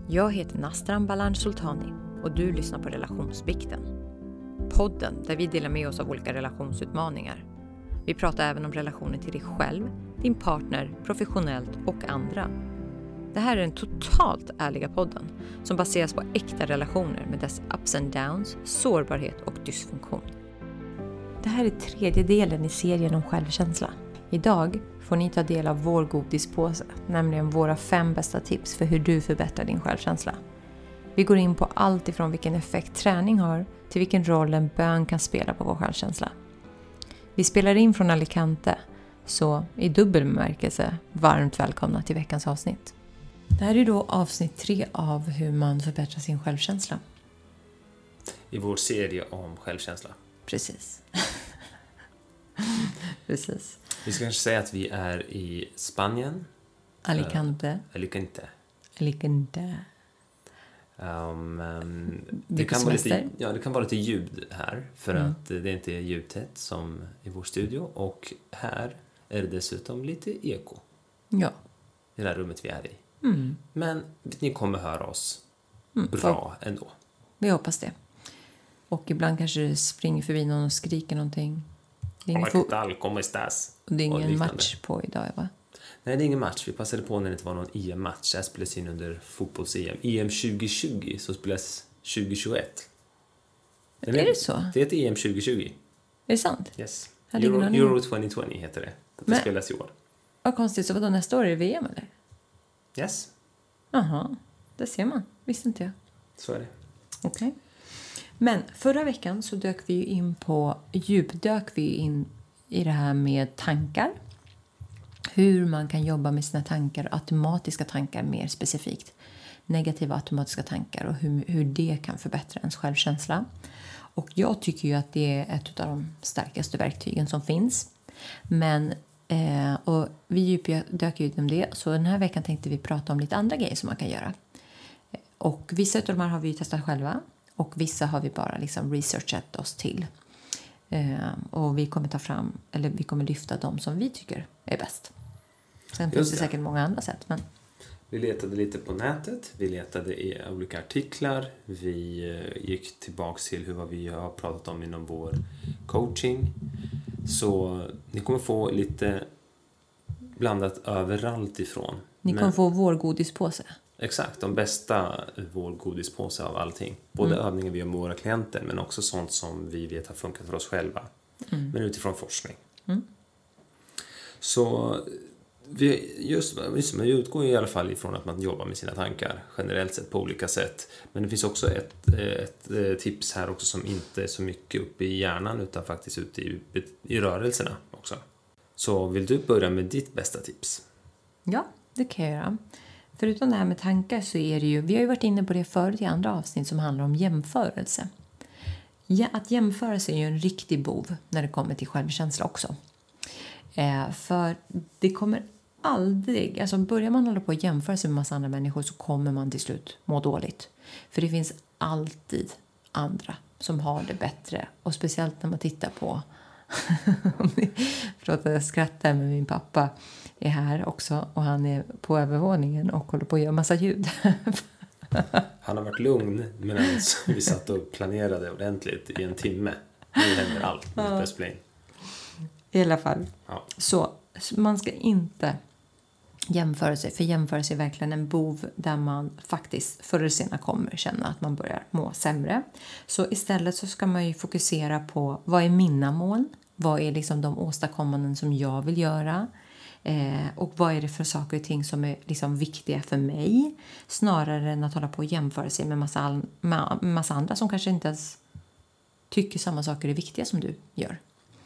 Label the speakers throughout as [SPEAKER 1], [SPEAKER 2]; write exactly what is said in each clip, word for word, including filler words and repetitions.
[SPEAKER 1] Jag heter Nastran Balan Sultani och du lyssnar på Relationsbikten. Podden där vi delar med oss av olika relationsutmaningar. Vi pratar även om relationer till dig själv, din partner, professionellt och andra. Det här är den totalt ärliga podden som baseras på äkta relationer med dess ups and downs, sårbarhet och dysfunktion. Det här är tredje delen i serien om självkänsla. Idag får ni ta del av vår godispåse, nämligen våra fem bästa tips för hur du förbättrar din självkänsla. Vi går in på allt ifrån vilken effekt träning har till vilken roll en bön kan spela på vår självkänsla. Vi spelar in från Alicante, så i dubbel bemärkelse varmt välkomna till veckans avsnitt. Det här är då avsnitt tre av hur man förbättrar sin självkänsla.
[SPEAKER 2] I vår serie om självkänsla.
[SPEAKER 1] Precis. Precis.
[SPEAKER 2] Vi ska kanske säga att vi är i Spanien.
[SPEAKER 1] Alicante.
[SPEAKER 2] Uh, Alicante.
[SPEAKER 1] Alicante.
[SPEAKER 2] Um, um,
[SPEAKER 1] det,
[SPEAKER 2] det, kan vara lite, ja, det kan vara lite ljud här. För
[SPEAKER 1] mm.
[SPEAKER 2] att det inte är ljudtätt som i vår studio. Och här är det dessutom lite eko.
[SPEAKER 1] Ja.
[SPEAKER 2] I det här rummet vi är i.
[SPEAKER 1] Mm.
[SPEAKER 2] Men ni kommer höra oss
[SPEAKER 1] mm,
[SPEAKER 2] bra för... ändå.
[SPEAKER 1] Vi hoppas det. Och ibland kanske det springer förbi någon och skriker någonting. Det är ingen,
[SPEAKER 2] fo- ¿Cómo estás?
[SPEAKER 1] Och det är ingen match på idag, va?
[SPEAKER 2] Nej, det är ingen match. Vi passade på när det inte var någon E M-match. Det här spelas in under fotbolls-E M. E M tjugo tjugo, så spelas tjugo tjugoett.
[SPEAKER 1] Är det, det så?
[SPEAKER 2] Det heter E M tjugo tjugo.
[SPEAKER 1] Är det sant?
[SPEAKER 2] Yes. Euro, Euro tjugo tjugo heter det. Det Men, spelas i år.
[SPEAKER 1] Vad konstigt. Så vadå, nästa år är det V M, eller?
[SPEAKER 2] Yes.
[SPEAKER 1] Jaha, det ser man. Visste inte jag.
[SPEAKER 2] Så är det.
[SPEAKER 1] Okej. Okay. Men förra veckan så dök vi ju in på, djupdök vi in i det här med tankar. Hur man kan jobba med sina tankar, automatiska tankar mer specifikt. Negativa automatiska tankar och hur, hur det kan förbättra ens självkänsla. Och jag tycker ju att det är ett av de starkaste verktygen som finns. Men, eh, och vi djupdök ju om det, så den här veckan tänkte vi prata om lite andra grejer som man kan göra. Och vissa av de här har vi testat själva. Och vissa har vi bara liksom researchat oss till. Eh, och vi kommer ta fram, eller vi kommer lyfta dem som vi tycker är bäst. Sen finns det säkert många andra sätt. Men...
[SPEAKER 2] Vi letade lite på nätet. Vi letade i olika artiklar. Vi gick tillbaka till hur vi har pratat om inom vår coaching. Så ni kommer få lite blandat överallt ifrån.
[SPEAKER 1] Ni kommer Men... få vår godispåse.
[SPEAKER 2] Exakt, de bästa vår godispåse av allting. Både mm. övningar vi gör med våra klienter, men också sånt som vi vet har funkat för oss själva. Mm. Men utifrån forskning. Mm. Så vi, just, just, vi utgår i alla fall ifrån att man jobbar med sina tankar generellt sett på olika sätt. Men det finns också ett, ett, ett tips här också som inte är så mycket uppe i hjärnan utan faktiskt ute i, i rörelserna också. Så vill du börja med ditt bästa tips?
[SPEAKER 1] Ja, det kan jag göra. Förutom det här med tankar så är det ju, vi har ju varit inne på det förut i andra avsnitt som handlar om jämförelse. Ja, att jämföra sig är ju en riktig bov när det kommer till självkänsla också. Eh, för det kommer aldrig, alltså börjar man hålla på att jämföra sig med massa andra människor så kommer man till slut må dåligt. För det finns alltid andra som har det bättre. Och speciellt när man tittar på, förlåt att jag skrattar, men min pappa är här också och han är på övervåningen och håller på att göra massa ljud.
[SPEAKER 2] Han har varit lugn medan vi satt och planerade ordentligt i en timme. Nu händer allt. Ja.
[SPEAKER 1] I alla fall.
[SPEAKER 2] Ja.
[SPEAKER 1] Så man ska inte jämföra sig. För jämföra sig är verkligen en bov där man faktiskt förr eller senare kommer känna att man börjar må sämre. Så istället så ska man ju fokusera på vad är mina mål? Vad är liksom de åstadkommanden som jag vill göra? Eh, och vad är det för saker och ting som är liksom viktiga för mig? Snarare än att hålla på och jämföra sig med massa, all, med massa andra som kanske inte ens tycker samma saker är viktiga som du gör.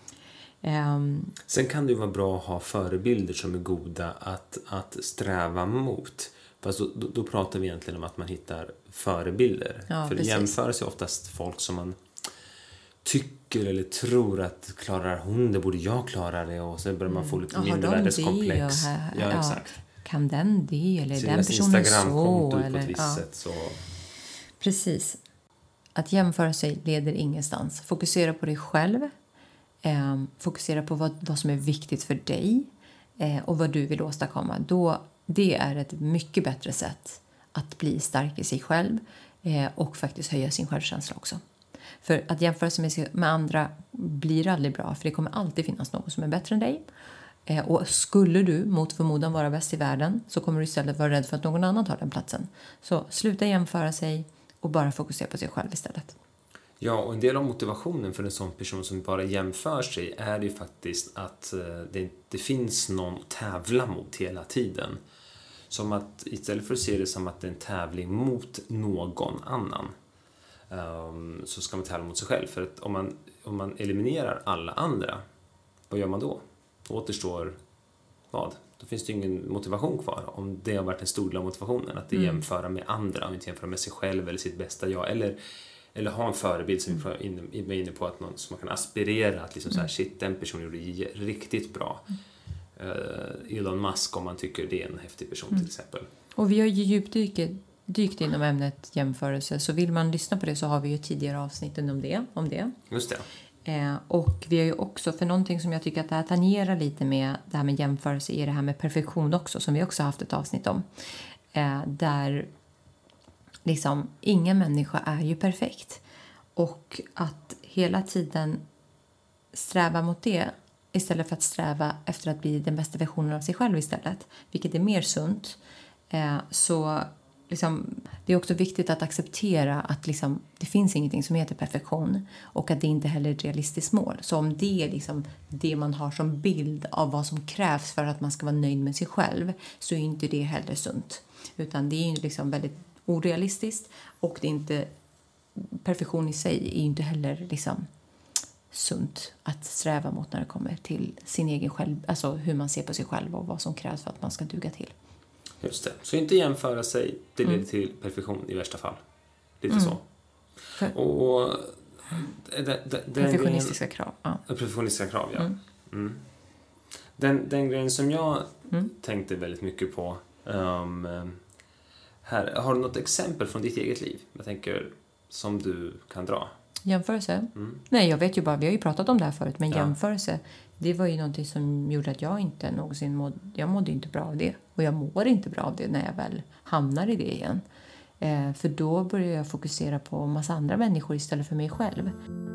[SPEAKER 1] Um,
[SPEAKER 2] Sen kan det ju vara bra att ha förebilder som är goda att, att sträva mot. Fast då, då, då pratar vi egentligen om att man hittar förebilder.
[SPEAKER 1] Ja,
[SPEAKER 2] för det jämför sig oftast folk som man tycker eller tror att klarar hon det, borde jag klara det, och så börjar man få lite
[SPEAKER 1] mm.
[SPEAKER 2] mindervärdeskomplex. Ja,
[SPEAKER 1] ja,
[SPEAKER 2] exakt.
[SPEAKER 1] Kan den det eller
[SPEAKER 2] Sina
[SPEAKER 1] den personen så
[SPEAKER 2] eller
[SPEAKER 1] eller
[SPEAKER 2] på ett visst
[SPEAKER 1] ja.
[SPEAKER 2] sätt så.
[SPEAKER 1] Precis. Att jämföra sig leder ingenstans. Fokusera på dig själv. Eh, fokusera på vad, vad som är viktigt för dig eh, och vad du vill åstadkomma. Då, det är ett mycket bättre sätt att bli stark i sig själv eh, och faktiskt höja sin självkänsla också. För att jämföra sig med, med andra blir aldrig bra, för det kommer alltid finnas någon som är bättre än dig. Eh, och skulle du mot förmodan vara bäst i världen så kommer du istället vara rädd för att någon annan tar den platsen. Så sluta jämföra sig och bara fokusera på sig själv istället.
[SPEAKER 2] Ja, och en del av motivationen för en sån person som bara jämför sig är ju faktiskt att det inte finns någon att tävla mot hela tiden. Som att istället för att se det som att det är en tävling mot någon annan um, så ska man tävla mot sig själv. För att om man, om man eliminerar alla andra, vad gör man då? Då återstår vad? Då finns det ingen motivation kvar. Om det har varit en stor del av motivationen, att det mm. jämföra med andra och inte jämföra med sig själv eller sitt bästa jag. Eller, eller ha en förebild som mm. vi är inne på, att någon som man kan aspirera att liksom så här, shit, den personen gjorde riktigt bra. Mm. Uh, Elon Musk, om man tycker det är en häftig person mm. till exempel.
[SPEAKER 1] Och vi har ju djupdykt dykt inom ämnet jämförelse, så vill man lyssna på det så har vi ju tidigare avsnitten om det. Om det.
[SPEAKER 2] Just det.
[SPEAKER 1] Eh, och vi har ju också, för någonting som jag tycker att det här tangerar lite med det här med jämförelse, är det här med perfektion också, som vi också haft ett avsnitt om. Eh, där liksom ingen människa är ju perfekt. Och att hela tiden sträva mot det istället för att sträva efter att bli den bästa versionen av sig själv istället, vilket är mer sunt. Eh, så liksom, det är också viktigt att acceptera att liksom, det finns ingenting som heter perfektion och att det inte heller är ett realistiskt mål. Så om det är liksom det man har som bild av vad som krävs för att man ska vara nöjd med sig själv, så är inte det heller sunt. Utan det är ju liksom väldigt orealistiskt, och det är inte, perfektion i sig är inte heller liksom sunt att sträva mot när det kommer till sin egen själv, alltså hur man ser på sig själv och vad som krävs för att man ska duga till.
[SPEAKER 2] Just det. Så inte jämföra sig, det leder mm. till perfektion i värsta fall. Lite mm. så.
[SPEAKER 1] För,
[SPEAKER 2] och det, det, det,
[SPEAKER 1] perfektionistiska
[SPEAKER 2] den,
[SPEAKER 1] krav. Ja.
[SPEAKER 2] Perfektionistiska krav, ja.
[SPEAKER 1] Mm.
[SPEAKER 2] Mm. Den, den grejen som jag
[SPEAKER 1] mm.
[SPEAKER 2] tänkte väldigt mycket på um, här, har du något exempel från ditt eget liv? Jag tänker, som du kan dra.
[SPEAKER 1] Jämförelse?
[SPEAKER 2] Mm.
[SPEAKER 1] Nej, jag vet ju bara, vi har ju pratat om det här förut, men
[SPEAKER 2] ja.
[SPEAKER 1] jämförelse, det var ju någonting som gjorde att jag inte någonsin mådde, jag mådde inte bra av det. Och jag mår inte bra av det när jag väl hamnar i det igen. Eh, för då börjar jag fokusera på en massa andra människor istället för mig själv.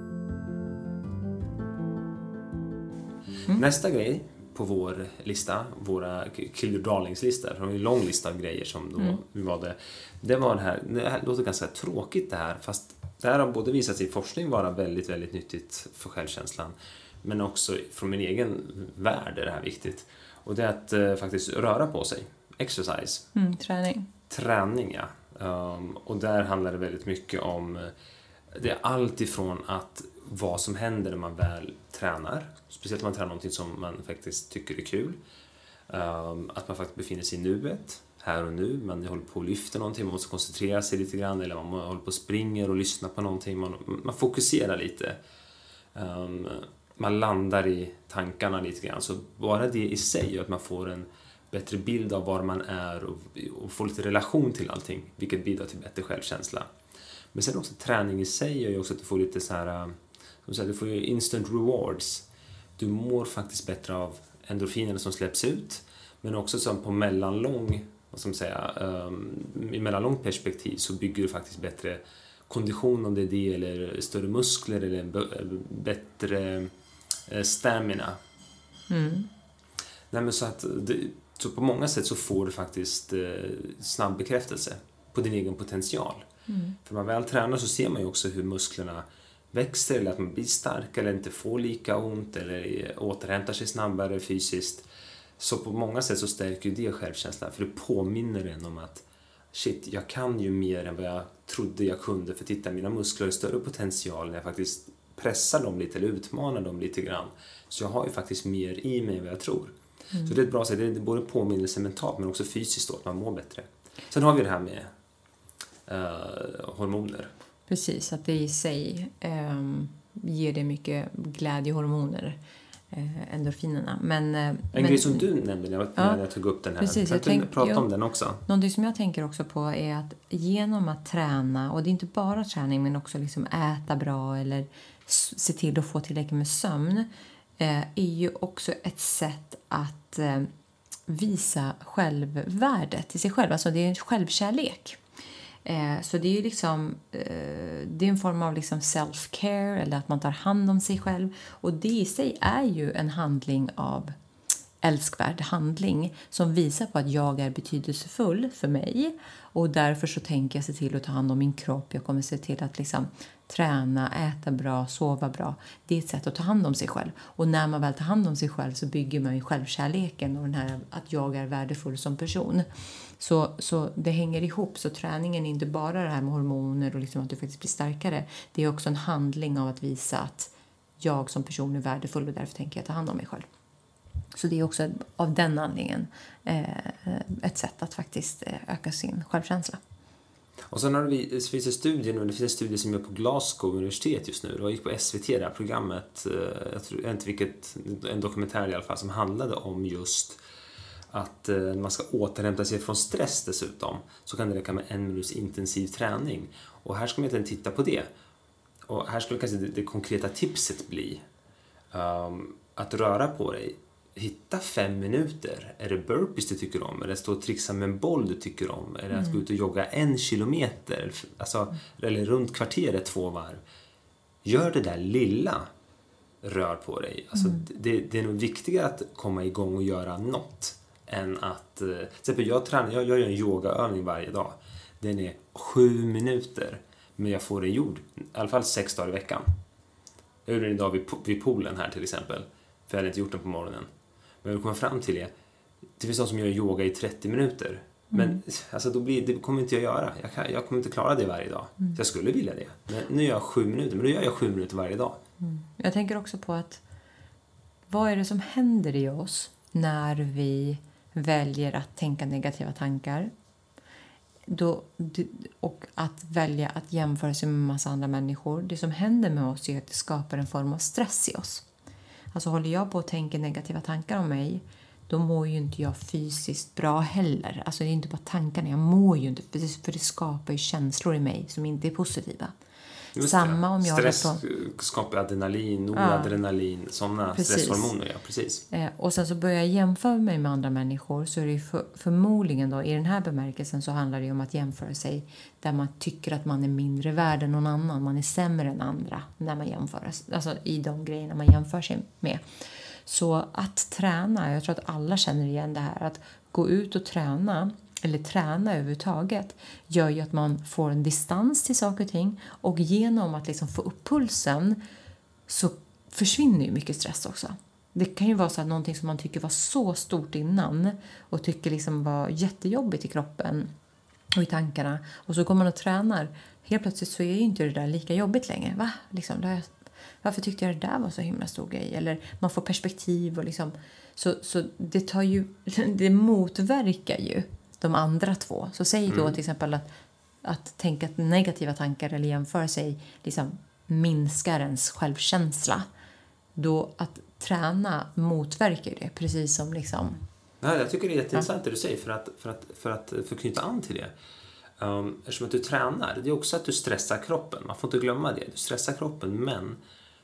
[SPEAKER 2] Mm. Nästa grej på vår lista, våra Kill Your Darlings-listor, en lång lista av grejer som då mm. var det. Det var det här, det här låter ganska tråkigt det här, fast det här har både visat sig i forskning vara väldigt, väldigt nyttigt för självkänslan, men också från min egen värld är det här viktigt. Och det är att eh, faktiskt röra på sig. Exercise.
[SPEAKER 1] Mm, träning.
[SPEAKER 2] Träning, ja. Um, och där handlar det väldigt mycket om, det är allt ifrån att vad som händer när man väl tränar. Speciellt om man tränar någonting som man faktiskt tycker är kul. Um, att man faktiskt befinner sig i nuet, här och nu. Man håller på att lyfta någonting, man måste koncentrera sig lite grann. Eller man håller på och springer och lyssnar på någonting. Man, man fokuserar lite. Um, man landar i tankarna lite grann. Så bara det i sig gör att man får en bättre bild av var man är och, och får lite relation till allting, vilket bidrar till bättre självkänsla. Men sen också träning i sig gör ju också att du får lite så här, som säger, du får ju instant rewards. Du mår faktiskt bättre av endorfinerna som släpps ut, men också som på mellanlång, vad ska man säga, um, i mellanlångt perspektiv så bygger du faktiskt bättre kondition, om det är det, eller större muskler eller b- bättre eh, stamina.
[SPEAKER 1] Mm.
[SPEAKER 2] Nej, men så att det, så på många sätt så får du faktiskt eh, snabb bekräftelse på din egen potential.
[SPEAKER 1] Mm.
[SPEAKER 2] För när man väl tränar så ser man ju också hur musklerna växer, eller att man blir stark eller inte får lika ont eller återhämtar sig snabbare fysiskt. Så på många sätt så stärker ju det självkänslan, för det påminner en om att shit, jag kan ju mer än vad jag trodde jag kunde, för titta, mina muskler har större potential när jag faktiskt pressar dem lite eller utmanar dem lite grann. Så jag har ju faktiskt mer i mig än vad jag tror. Mm. Så det är ett bra sätt, det är både påminnelse mentalt men också fysiskt då, att man mår bättre. Sen har vi det här med uh, hormoner.
[SPEAKER 1] Precis, att det i sig um, ger det mycket glädjehormoner, uh, endorfinerna. Men, uh,
[SPEAKER 2] en
[SPEAKER 1] men,
[SPEAKER 2] grej som du nämnde när jag, ja, när jag tog upp den här,
[SPEAKER 1] precis,
[SPEAKER 2] kan
[SPEAKER 1] jag
[SPEAKER 2] du
[SPEAKER 1] tänk,
[SPEAKER 2] prata
[SPEAKER 1] ja,
[SPEAKER 2] om den också?
[SPEAKER 1] Någonting som jag tänker också på är att genom att träna, och det är inte bara träning men också liksom äta bra eller se till att få tillräckligt med sömn, uh, är ju också ett sätt att uh, visa självvärdet till sig själv. Alltså det är en självkärlek. Eh, så det är ju liksom eh, det är en form av liksom self-care, eller att man tar hand om sig själv. Och det i sig är ju en handling av älskvärd handling som visar på att jag är betydelsefull för mig, och därför så tänker jag se till att ta hand om min kropp. Jag kommer se till att liksom träna, äta bra, sova bra. Det är ett sätt att ta hand om sig själv, och när man väl tar hand om sig själv så bygger man ju självkärleken och den här att jag är värdefull som person. Så, så det hänger ihop. Så träningen är inte bara det här med hormoner och liksom att du faktiskt blir starkare. Det är också en handling av att visa att jag som person är värdefull, och därför tänker jag ta hand om mig själv. Så det är också av den anledningen eh, ett sätt att faktiskt öka sin självkänsla.
[SPEAKER 2] Och sen har vi, det finns en studie nu, det finns en studie som görs på Glasgow universitet just nu. Det gick på S V T, det här programmet, jag tror inte vilket, en dokumentär i alla fall, som handlade om just att eh, man ska återhämta sig från stress dessutom. Så kan det räcka med en minuts intensiv träning. Och här ska man inte titta på det. Och här skulle kanske det, det konkreta tipset bli um, att röra på dig. Hitta fem minuter. Är det burpees du tycker om? Är det att stå och trixa med en boll du tycker om? Är det att mm. gå ut och jogga en kilometer? Alltså, mm. Eller runt kvarteret två varv. Gör det där lilla. Rör på dig. Alltså, mm. det, det är nog viktigare att komma igång och göra något än att... Till exempel jag, tränar, jag gör en yogaövning varje dag. Den är sju minuter. Men jag får det gjord i alla fall sex dagar i veckan. Jag gjorde den idag vid, vid poolen här till exempel. För jag hade inte gjort den på morgonen. Men jag vill komma fram till det. Det finns de som gör yoga i trettio minuter. Mm. Men alltså, då blir, det kommer inte jag göra. Jag, kan, jag kommer inte klara det varje dag. Mm. Så jag skulle vilja det. Men nu gör jag sju minuter. Men då gör jag sju minuter varje dag.
[SPEAKER 1] Mm. Jag tänker också på att vad är det som händer i oss när vi väljer att tänka negativa tankar? Då, och att välja att jämföra sig med en massa andra människor. Det som händer med oss är att det skapar en form av stress i oss. Alltså håller jag på att tänka negativa tankar om mig, då mår ju inte jag fysiskt bra heller. Alltså det är inte bara tankarna, jag mår ju inte, för det, för det skapar ju känslor i mig som inte är positiva.
[SPEAKER 2] Just
[SPEAKER 1] Samma
[SPEAKER 2] det.
[SPEAKER 1] om jag
[SPEAKER 2] Stress
[SPEAKER 1] på...
[SPEAKER 2] skapar adrenalin, noradrenalin, ja. Sådana stresshormoner, ja, precis.
[SPEAKER 1] Eh, och sen så börjar jag jämföra mig med andra människor, så är det för, förmodligen då, i den här bemärkelsen så handlar det om att jämföra sig där man tycker att man är mindre värd än någon annan, man är sämre än andra när man jämför, alltså i de grejerna man jämför sig med. Så att träna, jag tror att alla känner igen det här, att gå ut och träna eller träna överhuvudtaget gör ju att man får en distans till saker och ting, och genom att liksom få upp pulsen så försvinner ju mycket stress också. Det kan ju vara så att någonting som man tycker var så stort innan och tycker liksom var jättejobbigt i kroppen och i tankarna, och så går man och tränar, helt plötsligt så är ju inte det där lika jobbigt längre. Va? Liksom, det här, varför tyckte jag det där var så himla stor grej? Eller man får perspektiv och liksom, så, så det tar ju, det motverkar ju de andra två. Så säg då mm. till exempel att, att tänka att negativa tankar eller jämföra sig liksom minskar ens självkänsla. Då att träna motverkar det, precis som liksom...
[SPEAKER 2] Ja, jag tycker det är jätteintressant ja. det du säger, för att, för att, för att förknyta an till det. Um, eftersom att du tränar, det är också att du stressar kroppen. Man får inte glömma det. Du stressar kroppen, men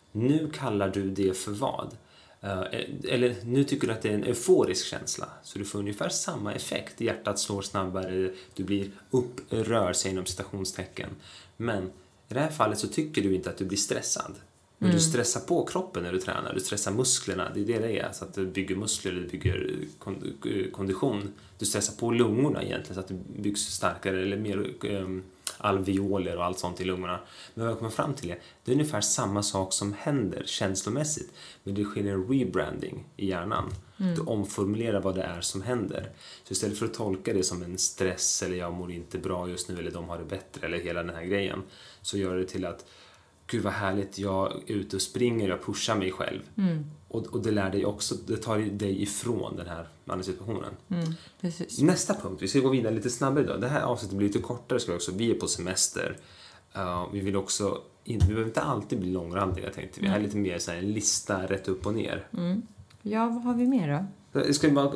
[SPEAKER 2] nu kallar du det för vad? Uh, eller nu tycker du att det är en euforisk känsla, så du får ungefär samma effekt. Hjärtat slår snabbare, du blir upprör sig inom citationstecken. Men i det här fallet så tycker du inte att du blir stressad. Men mm. du stressar på kroppen när du tränar. Du stressar musklerna, det är det det är. Så att du bygger muskler, du bygger kondition. Du stressar på lungorna egentligen, så att det byggs starkare eller mer um, alveoler och allt sånt i lungorna. Men vad jag kommer fram till det, det är ungefär samma sak som händer känslomässigt. Men det sker en rebranding i hjärnan. Mm. Du omformulerar vad det är som händer. Så istället för att tolka det som en stress, eller jag mår inte bra just nu, eller de har det bättre, eller hela den här grejen, så gör det till att gud vad härligt, jag är ute och springer, jag pushar mig själv. Mm. Och, och det lär dig också, det tar dig ifrån den här andra situationen. Mm, precis. Nästa punkt, vi ska gå vidare lite snabbare idag. Det här avsnittet blir lite kortare, ska vi också. Vi är på semester. Uh, vi vill också, in, vi behöver inte alltid bli långrandiga, jag tänkte. Vi har mm. lite mer så här, en lista rätt upp och ner. Mm.
[SPEAKER 1] Ja, vad har vi mer då?
[SPEAKER 2] Ska vi bara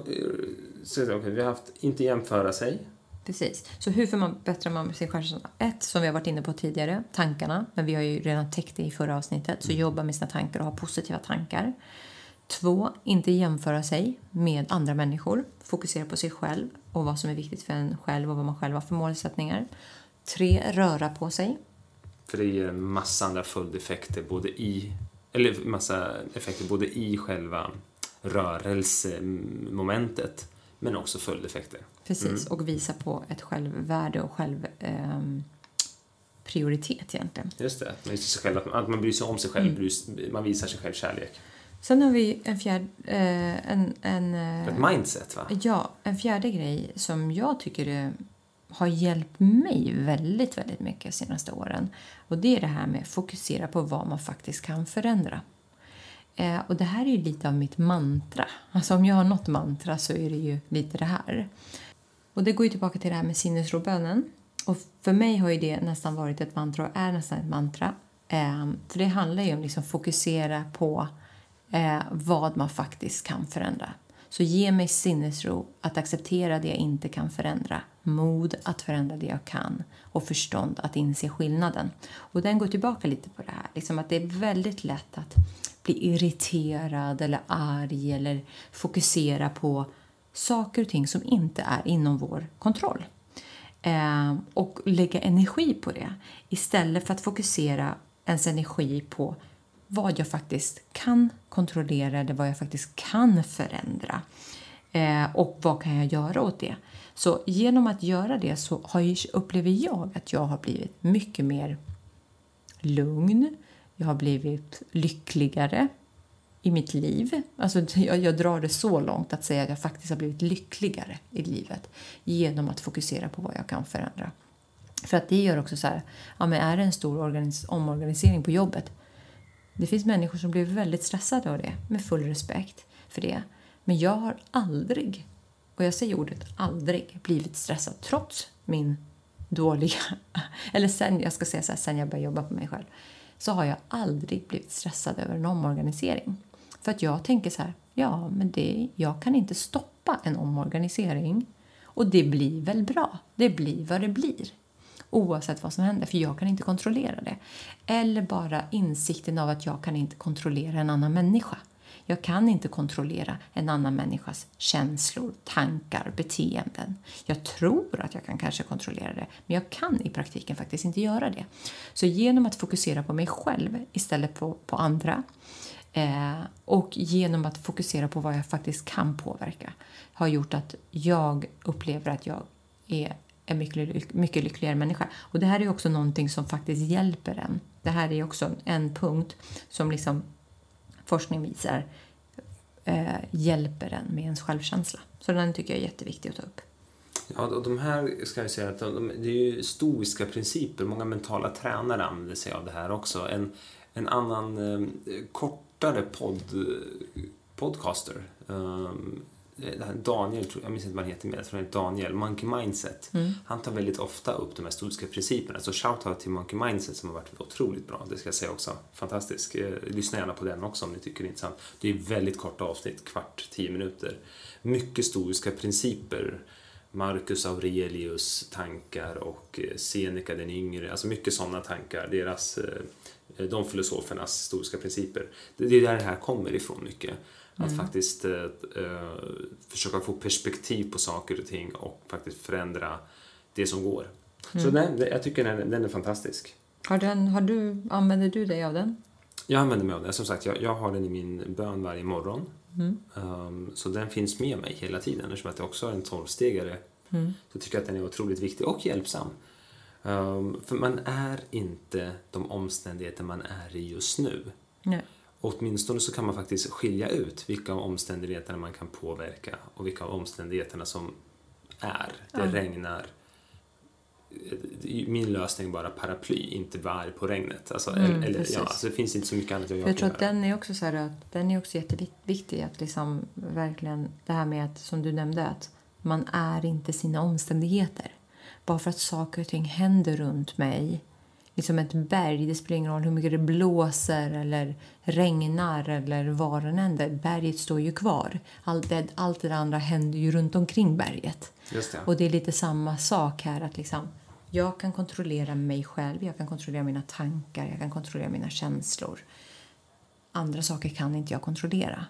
[SPEAKER 2] säga, okay, vi har haft inte jämföra sig.
[SPEAKER 1] Precis. Så hur får man bättre man sin självkänsla? Ett, som vi har varit inne på tidigare, tankarna. Men vi har ju redan täckt det i förra avsnittet. Så mm. jobba med sina tankar och ha positiva tankar. Två, inte jämföra sig med andra människor. Fokusera på sig själv och vad som är viktigt för en själv och vad man själv har för målsättningar. Tre, röra på sig.
[SPEAKER 2] För det ger en massa andra följdeffekter både i, eller massa effekter både i själva rörelsemomentet men också följdeffekter.
[SPEAKER 1] Precis, mm. och visa på ett självvärde och självprioritet eh, egentligen.
[SPEAKER 2] Just det, man, sig själv, att man bryr sig om sig själv, mm. man visar sig själv kärlek.
[SPEAKER 1] Sen har vi en fjärde... Eh, en, en,
[SPEAKER 2] ett mindset, va?
[SPEAKER 1] Ja, en fjärde grej som jag tycker är, har hjälpt mig väldigt, väldigt mycket de senaste åren. Och det är det här med att fokusera på vad man faktiskt kan förändra. Eh, och det här är ju lite av mitt mantra. Alltså om jag har något mantra så är det ju lite det här. Och det går ju tillbaka till det här med sinnesrobönen. Och för mig har ju det nästan varit ett mantra och är nästan ett mantra. Eh, för det handlar ju om liksom fokusera på eh, vad man faktiskt kan förändra. Så ge mig sinnesro att acceptera det jag inte kan förändra. Mod att förändra det jag kan. Och förstånd att inse skillnaden. Och den går tillbaka lite på det här. Liksom att det är väldigt lätt att bli irriterad eller arg. Eller fokusera på saker och ting som inte är inom vår kontroll. Eh, och lägga energi på det. Istället för att fokusera ens energi på vad jag faktiskt kan kontrollera eller vad jag faktiskt kan förändra. Eh, och vad kan jag göra åt det? Så genom att göra det så har jag, upplever jag att jag har blivit mycket mer lugn. Jag har blivit lyckligare i mitt liv. Alltså jag, jag drar det så långt att säga att jag faktiskt har blivit lyckligare i livet. Genom att fokusera på vad jag kan förändra. För att det gör också så här, ja men är det en stor organis- omorganisering på jobbet? Det finns människor som blir väldigt stressade av det, med full respekt för det. Men jag har aldrig, och jag säger ordet aldrig, blivit stressad trots min dåliga, eller sen, jag ska säga så här, sen jag började jobba på mig själv, så har jag aldrig blivit stressad över en omorganisering. För att jag tänker så här, ja men det, jag kan inte stoppa en omorganisering och det blir väl bra, det blir vad det blir. Oavsett vad som händer, för jag kan inte kontrollera det. Eller bara insikten av att jag kan inte kontrollera en annan människa. Jag kan inte kontrollera en annan människas känslor, tankar, beteenden. Jag tror att jag kan kanske kontrollera det, men jag kan i praktiken faktiskt inte göra det. Så genom att fokusera på mig själv istället på, på andra eh, och genom att fokusera på vad jag faktiskt kan påverka har gjort att jag upplever att jag är en mycket, mycket lyckligare människa. Och det här är också någonting som faktiskt hjälper en. Det här är också en punkt som liksom forskning visar eh, hjälper en med ens självkänsla. Så den tycker jag är jätteviktig att ta upp.
[SPEAKER 2] Ja, och de här ska jag säga att de, det är ju stoiska principer. Många mentala tränare använder sig av det här också. En, en annan eh, kortare podd, podcaster um, det här Daniel, jag minns inte vad han heter med, jag tror det är Daniel, Monkey Mindset. Mm. Han tar väldigt ofta upp de här stoiska principerna. Så shoutout till Monkey Mindset som har varit otroligt bra, det ska jag säga också. Fantastisk. Lyssna gärna på den också om ni tycker det är intressant. Det är väldigt korta avsnitt, kvart, tio minuter. Mycket stoiska principer. Marcus Aurelius tankar och Seneca den yngre. Alltså mycket sådana tankar. Deras, de filosofernas stoiska principer. Det är där det här kommer ifrån mycket. Att mm. faktiskt eh, försöka få perspektiv på saker och ting och faktiskt förändra det som går. Mm. Så den, jag tycker den, den är fantastisk.
[SPEAKER 1] Har, den, har du, använder du dig av den?
[SPEAKER 2] Jag använder mig av den. Som sagt, jag, jag har den i min bön varje morgon. Mm. Um, så den finns med mig hela tiden. Eftersom att jag också har en tolvstegare mm. så tycker jag att den är otroligt viktig och hjälpsam. Um, för man är inte de omständigheter man är i just nu. Nej. Och åtminstone så kan man faktiskt skilja ut vilka omständigheter man kan påverka och vilka omständigheterna som är. Det mm. regnar. Min lösning bara paraply, inte varg på regnet. Alltså, mm, eller, ja, alltså, det finns inte så mycket annat jag, jag
[SPEAKER 1] Jag tror att den är också så här, att den är också jätteviktig att liksom verkligen det här med att, som du nämnde, att man är inte sina omständigheter. Bara för att saker och ting händer runt mig, liksom ett berg, det spelar ingen roll hur mycket det blåser eller regnar eller vad den händer. Berget står ju kvar. Allt det, allt det andra händer ju runt omkring berget.
[SPEAKER 2] Just det.
[SPEAKER 1] Och det är lite samma sak här, att liksom, jag kan kontrollera mig själv, jag kan kontrollera mina tankar, jag kan kontrollera mina känslor. Andra saker kan inte jag kontrollera.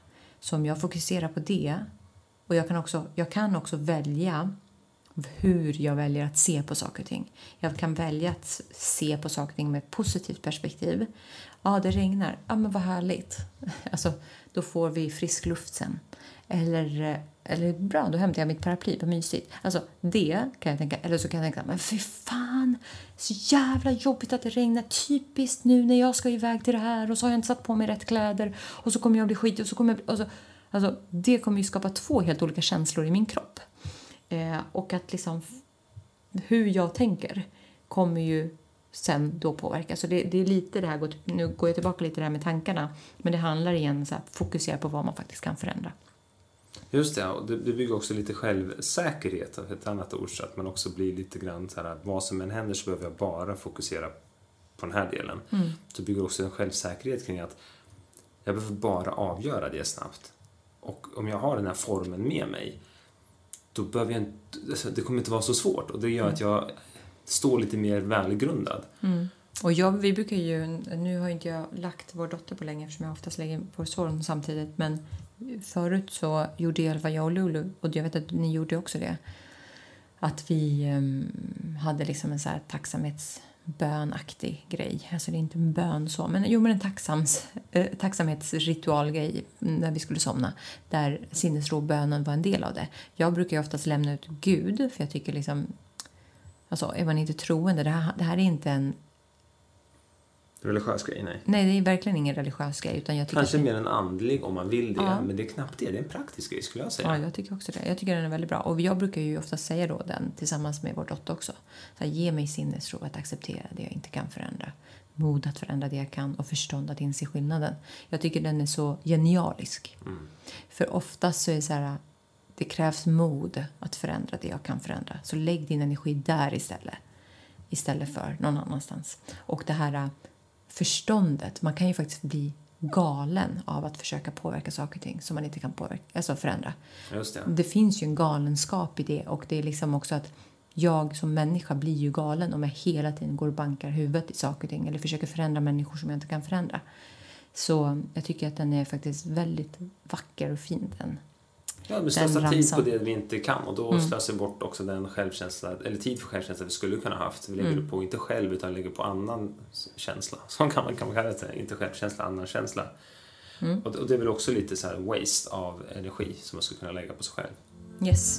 [SPEAKER 1] Så om jag fokuserar på det, och jag kan också, jag kan också välja hur jag väljer att se på saker och ting. Jag kan välja att se på saker och ting med ett positivt perspektiv. Ja, det regnar. Ja, men vad härligt. Alltså, då får vi frisk luft sen. Eller, eller bra, då hämtar jag mitt paraply, vad mysigt. Alltså, det kan jag tänka. Eller så kan jag tänka, men fy fan, så jävla jobbigt att det regnar. Typiskt nu när jag ska iväg till det här. Och så har jag inte satt på mig rätt kläder. Och så kommer jag bli skit. Och så kommer jag, alltså, alltså, det kommer ju skapa två helt olika känslor i min kropp. Eh, och att liksom hur jag tänker kommer ju sen då påverka. Så det, det är lite det här, nu går jag tillbaka lite det här med tankarna, men det handlar igen så här, fokusera på vad man faktiskt kan förändra.
[SPEAKER 2] Just det, och det, det bygger också lite självsäkerhet av ett annat ord, så att man också blir lite grann så här att vad som än händer så behöver jag bara fokusera på den här delen. Mm. Så bygger också en självsäkerhet kring att jag behöver bara avgöra det snabbt. Och om jag har den här formen med mig, då behöver jag inte, alltså det kommer inte vara så svårt, och det gör mm. att jag står lite mer välgrundad.
[SPEAKER 1] Mm. Och jag, vi brukar ju, nu har inte jag lagt vår dotter på länge eftersom jag oftast lägger vår son samtidigt, men förut så gjorde i alla fall jag och Lulu, och jag vet att ni gjorde också det, att vi um, hade liksom en så här tacksamhetsbönaktig grej. Alltså det är inte en bön så, men jo, men en tacksams, eh, tacksamhetsritualgrej när vi skulle somna, där sinnesrobönen var en del av det. Jag brukar ju oftast lämna ut Gud, för jag tycker liksom, alltså är man inte troende, det här, det här är inte en
[SPEAKER 2] religiös grej, nej.
[SPEAKER 1] Nej, det är verkligen ingen religiös grej. Utan jag tycker
[SPEAKER 2] Kanske
[SPEAKER 1] det...
[SPEAKER 2] mer en andlig om man vill det,
[SPEAKER 1] ja.
[SPEAKER 2] Men det är knappt det. Det är en praktisk grej, skulle jag säga.
[SPEAKER 1] Ja, jag tycker också det. Jag tycker den är väldigt bra. Och jag brukar ju ofta säga då den tillsammans med vår dotter också. Så här, ge mig sinnesro att acceptera det jag inte kan förändra. Mod att förändra det jag kan och förstånd att inse skillnaden. Jag tycker den är så genialisk. Mm. För oftast så är det så här, det krävs mod att förändra det jag kan förändra. Så lägg din energi där istället. Istället för någon annanstans. Och det här förståndet, man kan ju faktiskt bli galen av att försöka påverka saker och ting som man inte kan påverka, alltså förändra.
[SPEAKER 2] Just det.
[SPEAKER 1] Det finns ju en galenskap i det, och det är liksom också att jag som människa blir ju galen om jag hela tiden går och bankar huvudet i saker och ting eller försöker förändra människor som jag inte kan förändra. Så jag tycker att den är faktiskt väldigt vacker och fin, den.
[SPEAKER 2] Ja, men slösa tid på det vi inte kan, och då mm. slösar vi bort också den självkänsla, eller tid för självkänsla vi skulle kunna haft. Vi lägger mm. det på inte själv utan lägger på annan känsla. Så kan man, kan man kalla det, inte självkänsla, annan känsla. Mm. Och, och det är väl också lite så här waste av energi som man skulle kunna lägga på sig själv.
[SPEAKER 1] Yes.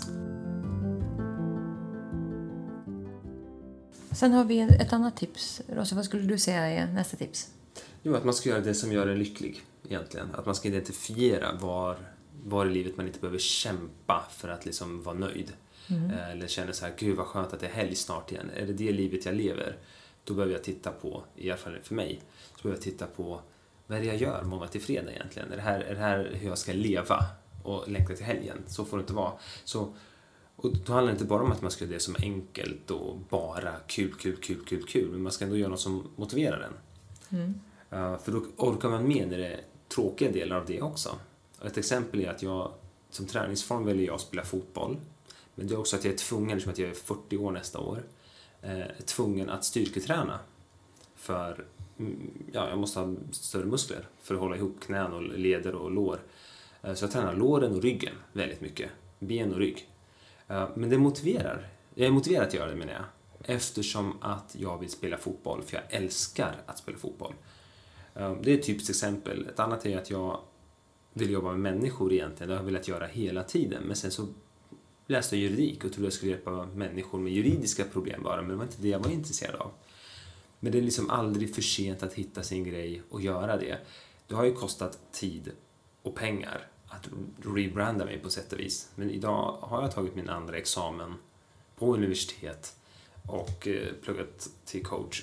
[SPEAKER 1] Sen har vi ett annat tips. Rosa, vad skulle du säga är nästa tips?
[SPEAKER 2] Jo, att man ska göra det som gör en lycklig egentligen. Att man ska identifiera var var i livet man inte behöver kämpa för att liksom vara nöjd. Mm. Eller känna så här, gud vad skönt att det är helg snart igen. Är det det livet jag lever? Då behöver jag titta på, i alla fall för mig, så behöver jag titta på vad är det jag gör måndag till fredag egentligen? Är det här, är det här hur jag ska leva och längta till helgen? Så får det inte vara. Så, och då handlar det inte bara om att man ska göra det som är enkelt och bara kul, kul, kul, kul, kul. Men man ska ändå göra något som motiverar den. Mm. Uh, för då orkar man med när det är tråkiga delar av det också. Ett exempel är att jag som träningsform väljer jag att spela fotboll. Men det är också att jag är tvungen, som att jag är fyrtio år nästa år, är tvungen att styrketräna. För ja, jag måste ha större muskler för att hålla ihop knän och leder och lår. Så jag tränar låren och ryggen väldigt mycket. Ben och rygg. Men det motiverar. Jag är motiverad att göra det, menar jag. Eftersom att jag vill spela fotboll. För jag älskar att spela fotboll. Det är ett typiskt exempel. Ett annat är att jag vill jobba med människor egentligen. Det har jag velat göra hela tiden. Men sen så läste jag juridik och trodde jag skulle hjälpa människor med juridiska problem bara. Men det var inte det jag var intresserad av. Men det är liksom aldrig för sent att hitta sin grej och göra det. Det har ju kostat tid och pengar att rebranda mig på sätt och vis. Men idag har jag tagit min andra examen på universitet och pluggat till coach.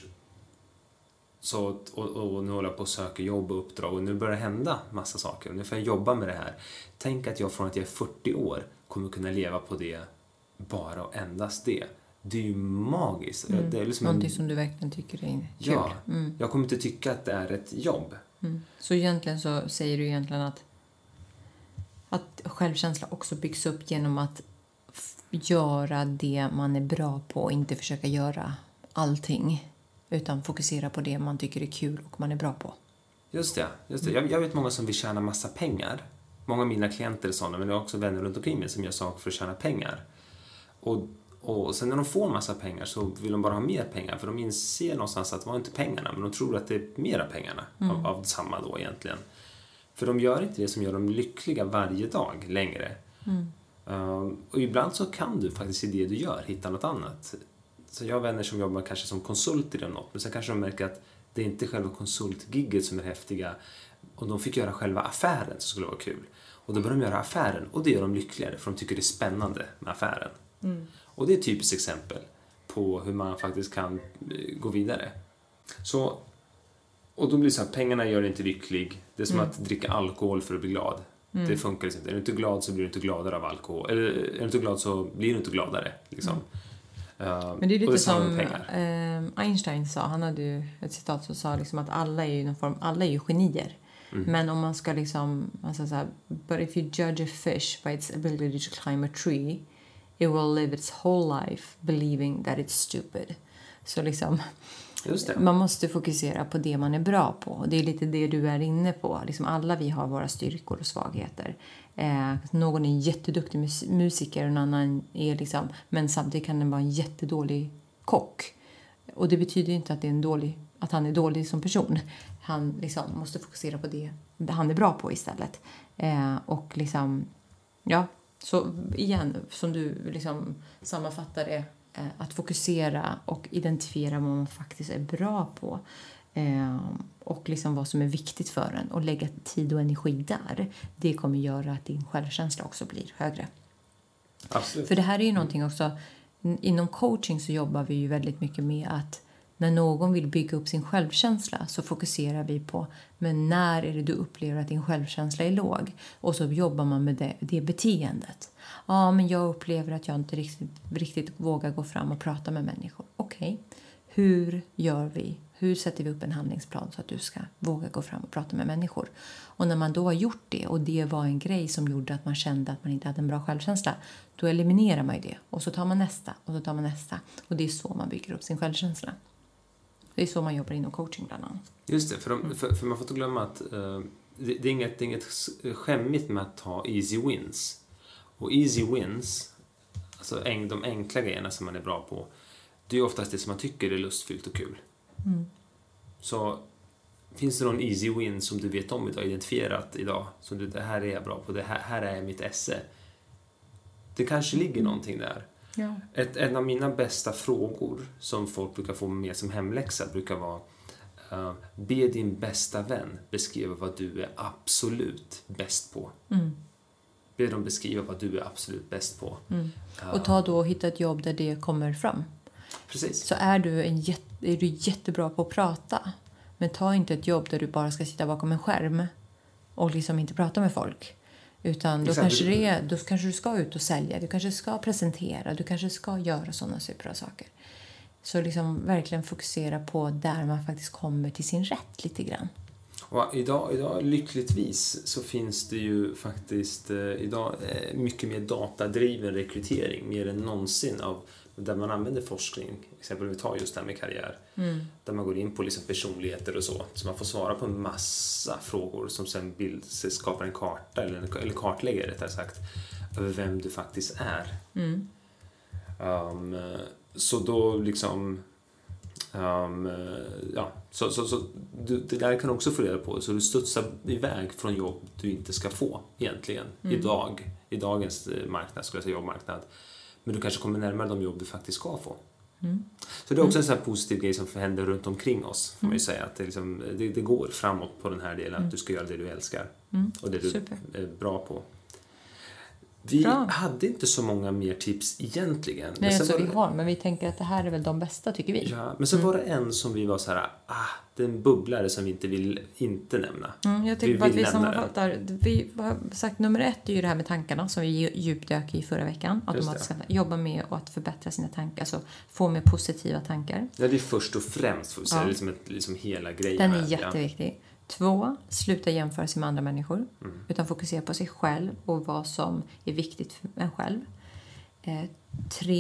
[SPEAKER 2] Så, och, och nu håller jag på att söka jobb och uppdrag och nu börjar det hända massa saker. Och nu får jag jobba med det här. Tänk att jag från att jag är fyrtio år kommer kunna leva på det bara och endast det. Det är ju magiskt.
[SPEAKER 1] Mm.
[SPEAKER 2] Det är liksom
[SPEAKER 1] någonting
[SPEAKER 2] en...
[SPEAKER 1] som du verkligen tycker är kul.
[SPEAKER 2] Ja,
[SPEAKER 1] mm.
[SPEAKER 2] jag kommer inte tycka att det är ett jobb.
[SPEAKER 1] Mm. Så egentligen så säger du egentligen att, att självkänsla också byggs upp genom att f- göra det man är bra på och inte försöka göra allting. Utan fokusera på det man tycker är kul och man är bra på.
[SPEAKER 2] Just det. Just det. Jag, jag vet många som vill tjäna massa pengar. många av mina klienter är sådana, men jag har också vänner runt omkring mig som gör saker för att tjäna pengar. Och, och sen när de får massa pengar så vill de bara ha mer pengar, för de inser någonstans att det var inte pengarna, men de tror att det är mera pengarna mm. av, av samma då egentligen. För de gör inte det som gör dem lyckliga varje dag längre. Mm. Uh, och ibland så kan du faktiskt i det du gör hitta något annat. Så jag har vänner som jobbar kanske som konsulter eller något, men sen kanske de märker att det är inte själva konsultgigget som är häftiga, och de fick göra själva affären som skulle vara kul. Och då börjar de göra affären, och det gör de lyckligare för de tycker det är spännande med affären. Mm. Och det är ett typiskt exempel på hur man faktiskt kan gå vidare. Så, och då blir det så här, pengarna gör dig inte lycklig. Det är som mm. att dricka alkohol för att bli glad. Mm. Det funkar inte. Är du inte glad så blir du inte gladare av alkohol. Eller är du inte glad så blir du inte gladare. Liksom. Mm. Uh,
[SPEAKER 1] Men det är lite det som eh, Einstein sa. Han hade ju ett citat som sa liksom att alla är ju någon form, alla är ju genier. Mm. Men om man ska liksom, alltså så här, but if you judge a fish by its ability to climb a tree, it will live its whole life believing that it's stupid. Så liksom,
[SPEAKER 2] just det.
[SPEAKER 1] Man måste fokusera på det man är bra på. Och det är lite det du är inne på. Liksom alla vi har våra styrkor och svagheter. Eh, någon är en jätteduktig mus- musiker och en annan är liksom, men samtidigt kan den vara en jättedålig kock. Och det betyder inte att det är en dålig, att han är dålig som person. Han liksom måste fokusera på det han är bra på istället. Eh, och liksom, ja, så igen, som du liksom sammanfattar det, eh, att fokusera och identifiera vad man faktiskt är bra på. Eh, och liksom vad som är viktigt för en. Och lägga tid och energi där. Det kommer göra att din självkänsla också blir högre.
[SPEAKER 2] Absolut.
[SPEAKER 1] För det här är ju någonting också, inom coaching så jobbar vi ju väldigt mycket med att när någon vill bygga upp sin självkänsla så fokuserar vi på, men när är det du upplever att din självkänsla är låg? Och så jobbar man med det, det beteendet. Ja, men jag upplever att jag inte riktigt, riktigt vågar gå fram och prata med människor. Okej, okay. Hur gör vi? Hur sätter vi upp en handlingsplan så att du ska våga gå fram och prata med människor? Och när man då har gjort det, och det var en grej som gjorde att man kände att man inte hade en bra självkänsla, då eliminerar man ju det. Och så tar man nästa, och så tar man nästa. Och det är så man bygger upp sin självkänsla. Det är så man jobbar inom coaching bland annat.
[SPEAKER 2] Just det, för, de, för, för man får inte glömma att uh, det, det, är inget, det är inget skämmigt med att ta easy wins. Och easy wins, alltså en, de enkla grejerna som man är bra på, det är oftast det som man tycker är lustfyllt och kul. Mm. Så finns det någon easy win som du vet om idag, identifierat idag, som du, det här är jag bra på, det här, här är mitt esse. Det kanske ligger någonting där.
[SPEAKER 1] Ja.
[SPEAKER 2] Ett, en av mina bästa frågor som folk brukar få med som hemläxa brukar vara uh, be din bästa vän beskriva vad du är absolut bäst på.
[SPEAKER 1] Mm.
[SPEAKER 2] Be dem beskriva vad du är absolut bäst på.
[SPEAKER 1] Mm. Och ta då och hitta ett jobb där det kommer fram.
[SPEAKER 2] Precis.
[SPEAKER 1] Så är du, en jätte, är du jättebra på att prata, men ta inte ett jobb där du bara ska sitta bakom en skärm och liksom inte prata med folk. Utan då kanske, det är, då kanske du ska ut och sälja, du kanske ska presentera, du kanske ska göra sådana typer av saker. Så liksom verkligen fokusera på där man faktiskt kommer till sin rätt lite grann.
[SPEAKER 2] Och idag, idag lyckligtvis så finns det ju faktiskt eh, idag eh, mycket mer datadriven rekrytering, mer än någonsin, av där man använder forskning, exempelvis vi tar just det här med karriär, mm. där man går in på liksom personligheter och så, så man får svara på en massa frågor som sen bild, skapar en karta eller, eller kartlägger rättare sagt över vem du faktiskt är.
[SPEAKER 1] Mm.
[SPEAKER 2] Um, så då liksom um, ja, så, så, så du, det där kan du också få reda på, så du studsar iväg från jobb du inte ska få egentligen mm. idag, i dagens marknad, skulle jag säga, jobbmarknad. Men du kanske kommer närmare de jobb du faktiskt ska få.
[SPEAKER 1] Mm.
[SPEAKER 2] Så det är också en sån här positiv grej som händer runt omkring oss. Får man ju säga. Att det, liksom, det, det går framåt på den här delen. Mm. Att du ska göra det du älskar.
[SPEAKER 1] Mm.
[SPEAKER 2] Och det du
[SPEAKER 1] Super.
[SPEAKER 2] är bra på. Vi
[SPEAKER 1] bra.
[SPEAKER 2] hade inte så många mer tips egentligen.
[SPEAKER 1] Nej,
[SPEAKER 2] men
[SPEAKER 1] så vi
[SPEAKER 2] det,
[SPEAKER 1] har. Men vi tänker att det här är väl de bästa, tycker vi.
[SPEAKER 2] Ja, men så mm. var det en som vi var så här, ah, det är en bubblare som vi inte vill inte nämna.
[SPEAKER 1] Mm, jag tycker vi att vi sammanfattar. Vi har sagt nummer ett är ju det här med tankarna som vi djupdök i förra veckan. Automatiskt jobba med att förbättra sina tankar, alltså få mer positiva tankar.
[SPEAKER 2] Ja, det är först och främst, får vi säga, ja. liksom, ett, liksom hela grejen.
[SPEAKER 1] Den är
[SPEAKER 2] här,
[SPEAKER 1] jätteviktig. Ja. Två, sluta jämföra sig med andra människor. Mm. Utan fokusera på sig själv och vad som är viktigt för en själv. Eh, tre,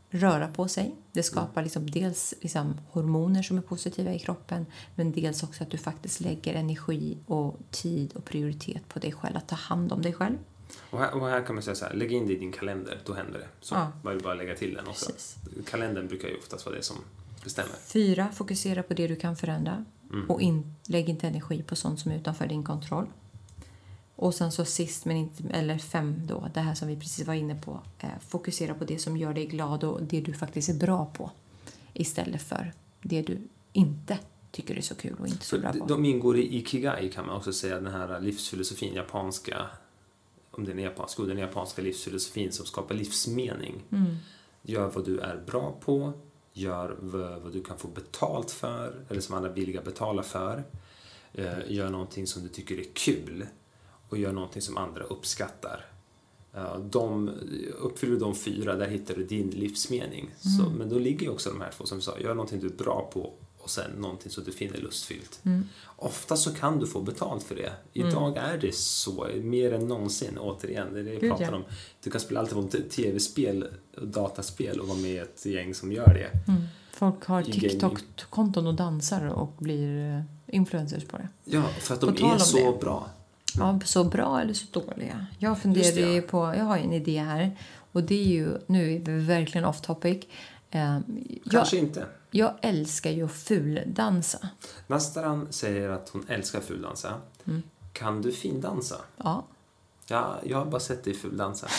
[SPEAKER 1] röra på sig. Det skapar liksom dels liksom hormoner som är positiva i kroppen, men dels också att du faktiskt lägger energi och tid och prioritet på dig själv, att ta hand om dig själv.
[SPEAKER 2] Och här, och här kan man säga så här, lägg in det i din kalender, då händer det. Så
[SPEAKER 1] ja.
[SPEAKER 2] man vill bara lägga till den också.
[SPEAKER 1] Precis.
[SPEAKER 2] Kalendern brukar ju oftast vara det som bestämmer.
[SPEAKER 1] Fyra, fokusera på det du kan förändra.
[SPEAKER 2] Mm.
[SPEAKER 1] Och in, lägg inte energi på sånt som är utanför din kontroll. Och sen så sist, men inte, eller fem då, det här som vi precis var inne på. Eh, fokusera på det som gör dig glad och det du faktiskt är bra på. Istället för det du inte tycker är så kul och inte så
[SPEAKER 2] för
[SPEAKER 1] bra på.
[SPEAKER 2] De ingår i Ikigai, kan man också säga, den här livsfilosofin, japanska, om den är japansk, den japanska livsfilosofin som skapar livsmening.
[SPEAKER 1] Mm.
[SPEAKER 2] Gör vad du är bra på, gör vad du kan få betalt för, eller som andra villiga betala för. Eh, gör någonting som du tycker är kul. Och gör någonting som andra uppskattar. De, uppfyller de fyra, där hittar du din livsmening. Mm. Så, men då ligger ju också de här två som vi sa. Gör någonting du är bra på och sen någonting som du finner lustfyllt. Mm. Ofta så kan du få betalt för det. Idag mm. är det så, mer än någonsin, återigen. Det är det jag pratar om. Du kan spela allt från tv-spel och dataspel och vara med i ett gäng som gör det.
[SPEAKER 1] Mm. Folk har TikTok-konton och dansar och blir influencers på det.
[SPEAKER 2] Ja, för att de är så det. bra.
[SPEAKER 1] Ja, så bra eller så dåliga. Jag funderar det, ja. på, jag har en idé här. Och det är ju, nu är vi verkligen off topic. Um,
[SPEAKER 2] Kanske
[SPEAKER 1] jag,
[SPEAKER 2] inte.
[SPEAKER 1] Jag älskar ju att fuldansa.
[SPEAKER 2] Nastaran säger att hon älskar fuldansa. Mm. Kan du findansa?
[SPEAKER 1] Ja.
[SPEAKER 2] Ja, jag har bara sett dig fuldansa.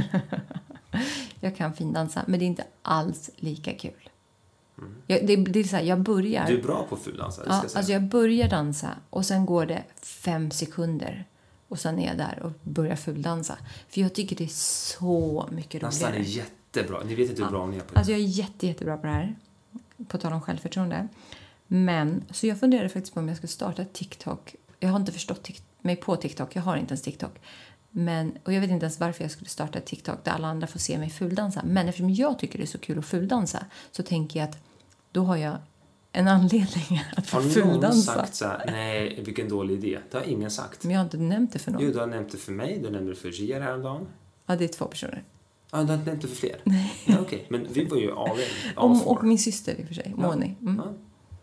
[SPEAKER 1] Jag kan findansa, men det är inte alls lika kul. Mm. Jag, det, det är så här, jag börjar...
[SPEAKER 2] Du är bra på fuldansa,
[SPEAKER 1] ja, alltså jag börjar dansa och sen går det fem sekunder. Och sen är jag där och börjar fuldansa. För jag tycker det är så mycket roligare.
[SPEAKER 2] Nästan är jättebra. Ni vet inte hur
[SPEAKER 1] ja.
[SPEAKER 2] bra ni är på det.
[SPEAKER 1] Alltså jag är jätte, jättebra på det här. På tal om självförtroende. Men, så jag funderade faktiskt på om jag skulle starta TikTok. Jag har inte förstått tic- mig på TikTok. Jag har inte ens TikTok. Men, och jag vet inte ens varför jag skulle starta ett TikTok där alla andra får se mig fuldansa. Men eftersom jag tycker det är så kul att fuldansa så tänker jag att då har jag en anledning att få fuldansa.
[SPEAKER 2] Har någon sagt så här, nej, vilken dålig idé? Det har ingen sagt.
[SPEAKER 1] Men jag har inte nämnt det för någon.
[SPEAKER 2] Jo, du har nämnt det för mig, du nämnde det för Gia häromdagen.
[SPEAKER 1] Ja, det är två personer.
[SPEAKER 2] Ja, du har inte nämnt det för fler? Nej. Ja, okej, okay. Men vi var ju av
[SPEAKER 1] en. Och min syster i och för sig, Moni. Mm.
[SPEAKER 2] Ja.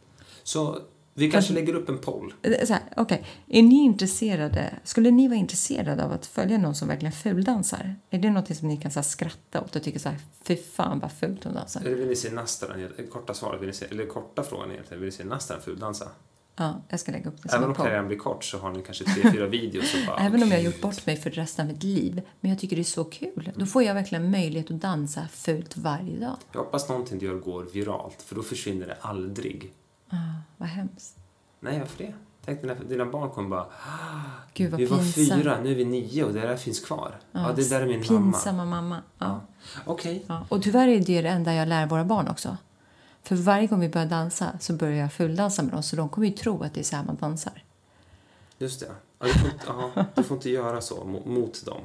[SPEAKER 2] Så vi kanske lägger upp en poll.
[SPEAKER 1] Okej, okay. Är ni intresserade, skulle ni vara intresserade av att följa någon som verkligen fuldansar? Är det något som ni kan så här, skratta åt och tycka så här, fy fan vad fult hon dansar?
[SPEAKER 2] Eller vill ni se Nastaran, korta svaret, vill ni se, eller korta frågan egentligen, vill ni se Nastaran fuldansa?
[SPEAKER 1] Ja, jag ska lägga upp det
[SPEAKER 2] som Även om karriären blir kort så har ni kanske tre, fyra videos. Och bara,
[SPEAKER 1] Även om jag har gjort bort mig för resten av mitt liv. Men jag tycker det är så kul. Mm. Då får jag verkligen möjlighet att dansa fult varje dag.
[SPEAKER 2] Jag hoppas någonting du gör går viralt, för då försvinner det aldrig.
[SPEAKER 1] Ah, vad hemskt.
[SPEAKER 2] Nej, varför det? Tänk dina, dina barn kommer bara,
[SPEAKER 1] Gud, vad
[SPEAKER 2] vi var
[SPEAKER 1] pinsam.
[SPEAKER 2] fyra, nu är vi nio och det där finns kvar.
[SPEAKER 1] Ja,
[SPEAKER 2] ja det där är min
[SPEAKER 1] pinsamma
[SPEAKER 2] mamma.
[SPEAKER 1] Pinsamma mamma. Ja.
[SPEAKER 2] Ja. Okej. Okay.
[SPEAKER 1] Ja. Och tyvärr är det det enda jag lär våra barn också. För varje gång vi börjar dansa så börjar jag fulldansa med dem. Så de kommer ju tro att det är så här man dansar.
[SPEAKER 2] Just det. Ja, du, får inte, ja, du får inte göra så mot dem.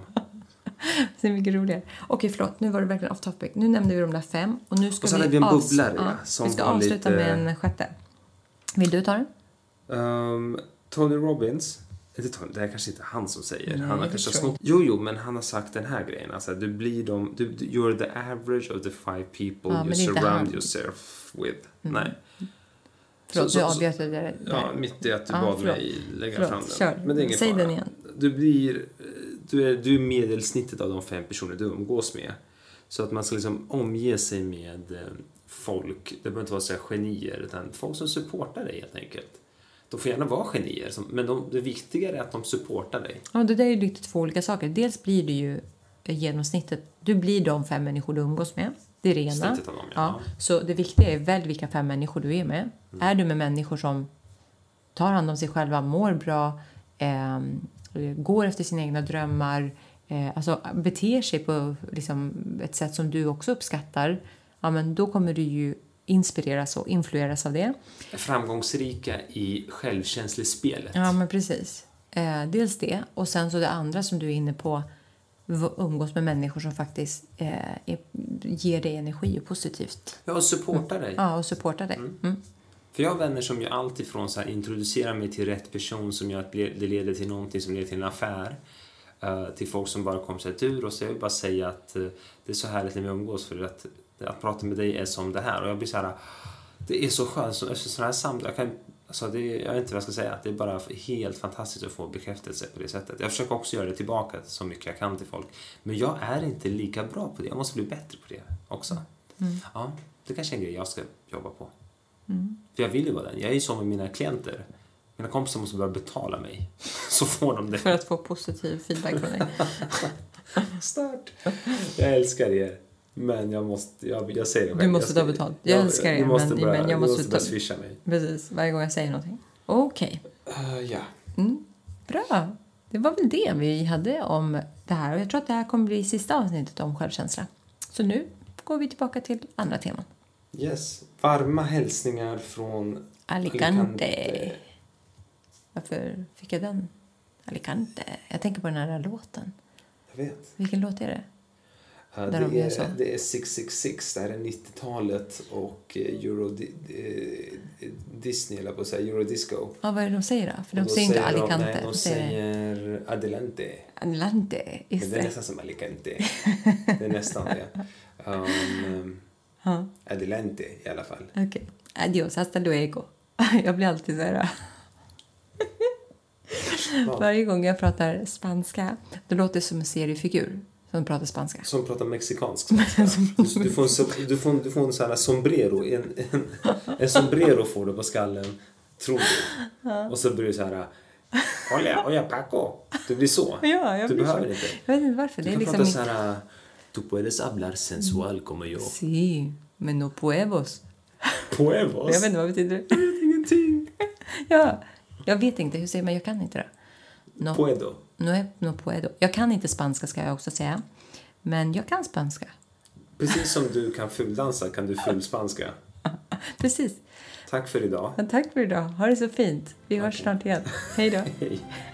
[SPEAKER 1] Det är mycket roligare. Okej, förlåt. Nu var det verkligen off topic. Nu nämnde vi de där fem. Och nu ska
[SPEAKER 2] och så
[SPEAKER 1] vi,
[SPEAKER 2] hade vi en
[SPEAKER 1] avs-
[SPEAKER 2] bubblare.
[SPEAKER 1] ja,
[SPEAKER 2] som
[SPEAKER 1] vi ska
[SPEAKER 2] var
[SPEAKER 1] avsluta
[SPEAKER 2] lite...
[SPEAKER 1] med en sjätte. Vill du ta den?
[SPEAKER 2] Um, Tony Robbins. Det är kanske inte han som säger.
[SPEAKER 1] Nej,
[SPEAKER 2] han har kanske snott. Jo, jo, men han har sagt den här grejen. Alltså, du blir de, du, you're the average of the five people
[SPEAKER 1] ja,
[SPEAKER 2] you surround yourself with. Mm. Nej.
[SPEAKER 1] Förlåt, så, du avbjöd det där.
[SPEAKER 2] Ja, mitt i att du ja, bad förlåt. mig lägga
[SPEAKER 1] förlåt,
[SPEAKER 2] fram den.
[SPEAKER 1] Kör.
[SPEAKER 2] Men det är ingen
[SPEAKER 1] Säg
[SPEAKER 2] fara.
[SPEAKER 1] den igen.
[SPEAKER 2] Du blir, du är, du är medelsnittet av de fem personer du umgås med. Så att man ska liksom omge sig med folk. Det behöver inte vara så här genier, utan folk som supportar dig helt enkelt. De får gärna vara genier, men de, det viktiga är att de supportar dig.
[SPEAKER 1] Ja, det där är ju lite två olika saker. Dels blir du ju genomsnittet, du blir de fem människor du umgås med. Det är det ena.
[SPEAKER 2] Snittet av dem, ja.
[SPEAKER 1] Ja, så det viktiga är väl vilka fem människor du är med. Mm. Är du med människor som tar hand om sig själva, mår bra, eh, går efter sina egna drömmar, eh, alltså beter sig på liksom, ett sätt som du också uppskattar, ja, men då kommer du ju inspireras och influeras av det.
[SPEAKER 2] Framgångsrika i självkänslespelet.
[SPEAKER 1] Ja, men precis. Eh, dels det. Och sen så det andra som du är inne på, umgås med människor som faktiskt eh, är, ger dig energi och positivt.
[SPEAKER 2] Ja, och supportar dig.
[SPEAKER 1] Ja, och supportar dig. Mm. Mm.
[SPEAKER 2] För jag har vänner som gör allt ifrån så här, introducerar mig till rätt person som gör att det leder till någonting som leder till en affär. Uh, till folk som bara kommer sig ur och så jag vill bara säga att uh, det är så härligt när vi umgås för att att prata med dig är som det här. Och jag blir så här, det är så skönt. Så, efter sådana här samtal, jag kan, alltså det, jag vet inte vad jag ska säga. Det är bara helt fantastiskt att få bekräftelse på det sättet. Jag försöker också göra det tillbaka så mycket jag kan till folk. Men jag är inte lika bra på det. Jag måste bli bättre på det också. Mm. Ja, det kanske är en grej jag ska jobba på. Mm. För jag vill ju vara den. Jag är ju som med mina klienter. Mina kompisar måste börja betala mig. Så får de det.
[SPEAKER 1] För att få positiv feedback från dig.
[SPEAKER 2] Start. Jag älskar er. Men jag måste, jag, jag säger det själv.
[SPEAKER 1] Du måste ta betalt. Jag, jag älskar er.
[SPEAKER 2] Men,
[SPEAKER 1] bara, men jag måste,
[SPEAKER 2] måste bara swisha mig.
[SPEAKER 1] Precis, varje gång jag säger någonting. Okej.
[SPEAKER 2] Okay. Uh, ja.
[SPEAKER 1] Mm, bra. Det var väl det vi hade om det här. Och jag tror att det här kommer bli sista avsnittet om självkänsla. Så nu går vi tillbaka till andra teman.
[SPEAKER 2] Yes. Varma hälsningar från
[SPEAKER 1] Alicante.
[SPEAKER 2] Alicante.
[SPEAKER 1] Varför fick jag den? Alicante. Jag tänker på den här låten.
[SPEAKER 2] Jag vet.
[SPEAKER 1] Vilken låt är det?
[SPEAKER 2] Uh, det, de är, det är sex sex sex. Det här är nittiotalet och Euro di, Disney, eller på att säga Eurodisco.
[SPEAKER 1] Ja, vad är det de säger då? För de säger inte Alicante.
[SPEAKER 2] De, nej, de säger Adelante.
[SPEAKER 1] Adelante,
[SPEAKER 2] just det. Det är nästan som Alicante. Det är nästan det. Um,
[SPEAKER 1] uh.
[SPEAKER 2] Adelante i alla fall.
[SPEAKER 1] Okej. Okay. Adios, hasta luego. Jag blir alltid så här... Varje gång jag pratar spanska, det låter som en seriefigur som pratar spanska.
[SPEAKER 2] Som pratar mexikansk spanska. Du, du får en, du får, du får en sån här sombrero. En, en, en sombrero får du på skallen, tror du. Ja. Och så blir du så här... Hola, oja Paco. Du blir så.
[SPEAKER 1] Ja, jag
[SPEAKER 2] du
[SPEAKER 1] blir
[SPEAKER 2] behöver
[SPEAKER 1] så.
[SPEAKER 2] inte.
[SPEAKER 1] Jag vet inte varför.
[SPEAKER 2] Du
[SPEAKER 1] det
[SPEAKER 2] kan
[SPEAKER 1] är
[SPEAKER 2] prata
[SPEAKER 1] liksom
[SPEAKER 2] så här... Du puedes hablar sensual como yo.
[SPEAKER 1] Sí, men no puevos.
[SPEAKER 2] Puevos?
[SPEAKER 1] Jag vet inte vad betyder det.
[SPEAKER 2] Jag vet ingenting.
[SPEAKER 1] Ja, jag vet inte. Hur säger man? Jag kan inte det.
[SPEAKER 2] No, puedo.
[SPEAKER 1] No, no puedo. Jag kan inte spanska, ska jag också säga. Men jag kan spanska.
[SPEAKER 2] Precis som du kan fuldansa kan du fulspanska.
[SPEAKER 1] Precis.
[SPEAKER 2] Tack för idag.
[SPEAKER 1] Ja, tack för idag. Ha det så fint. Vi hörs okay. snart igen. Hej då.
[SPEAKER 2] Hej.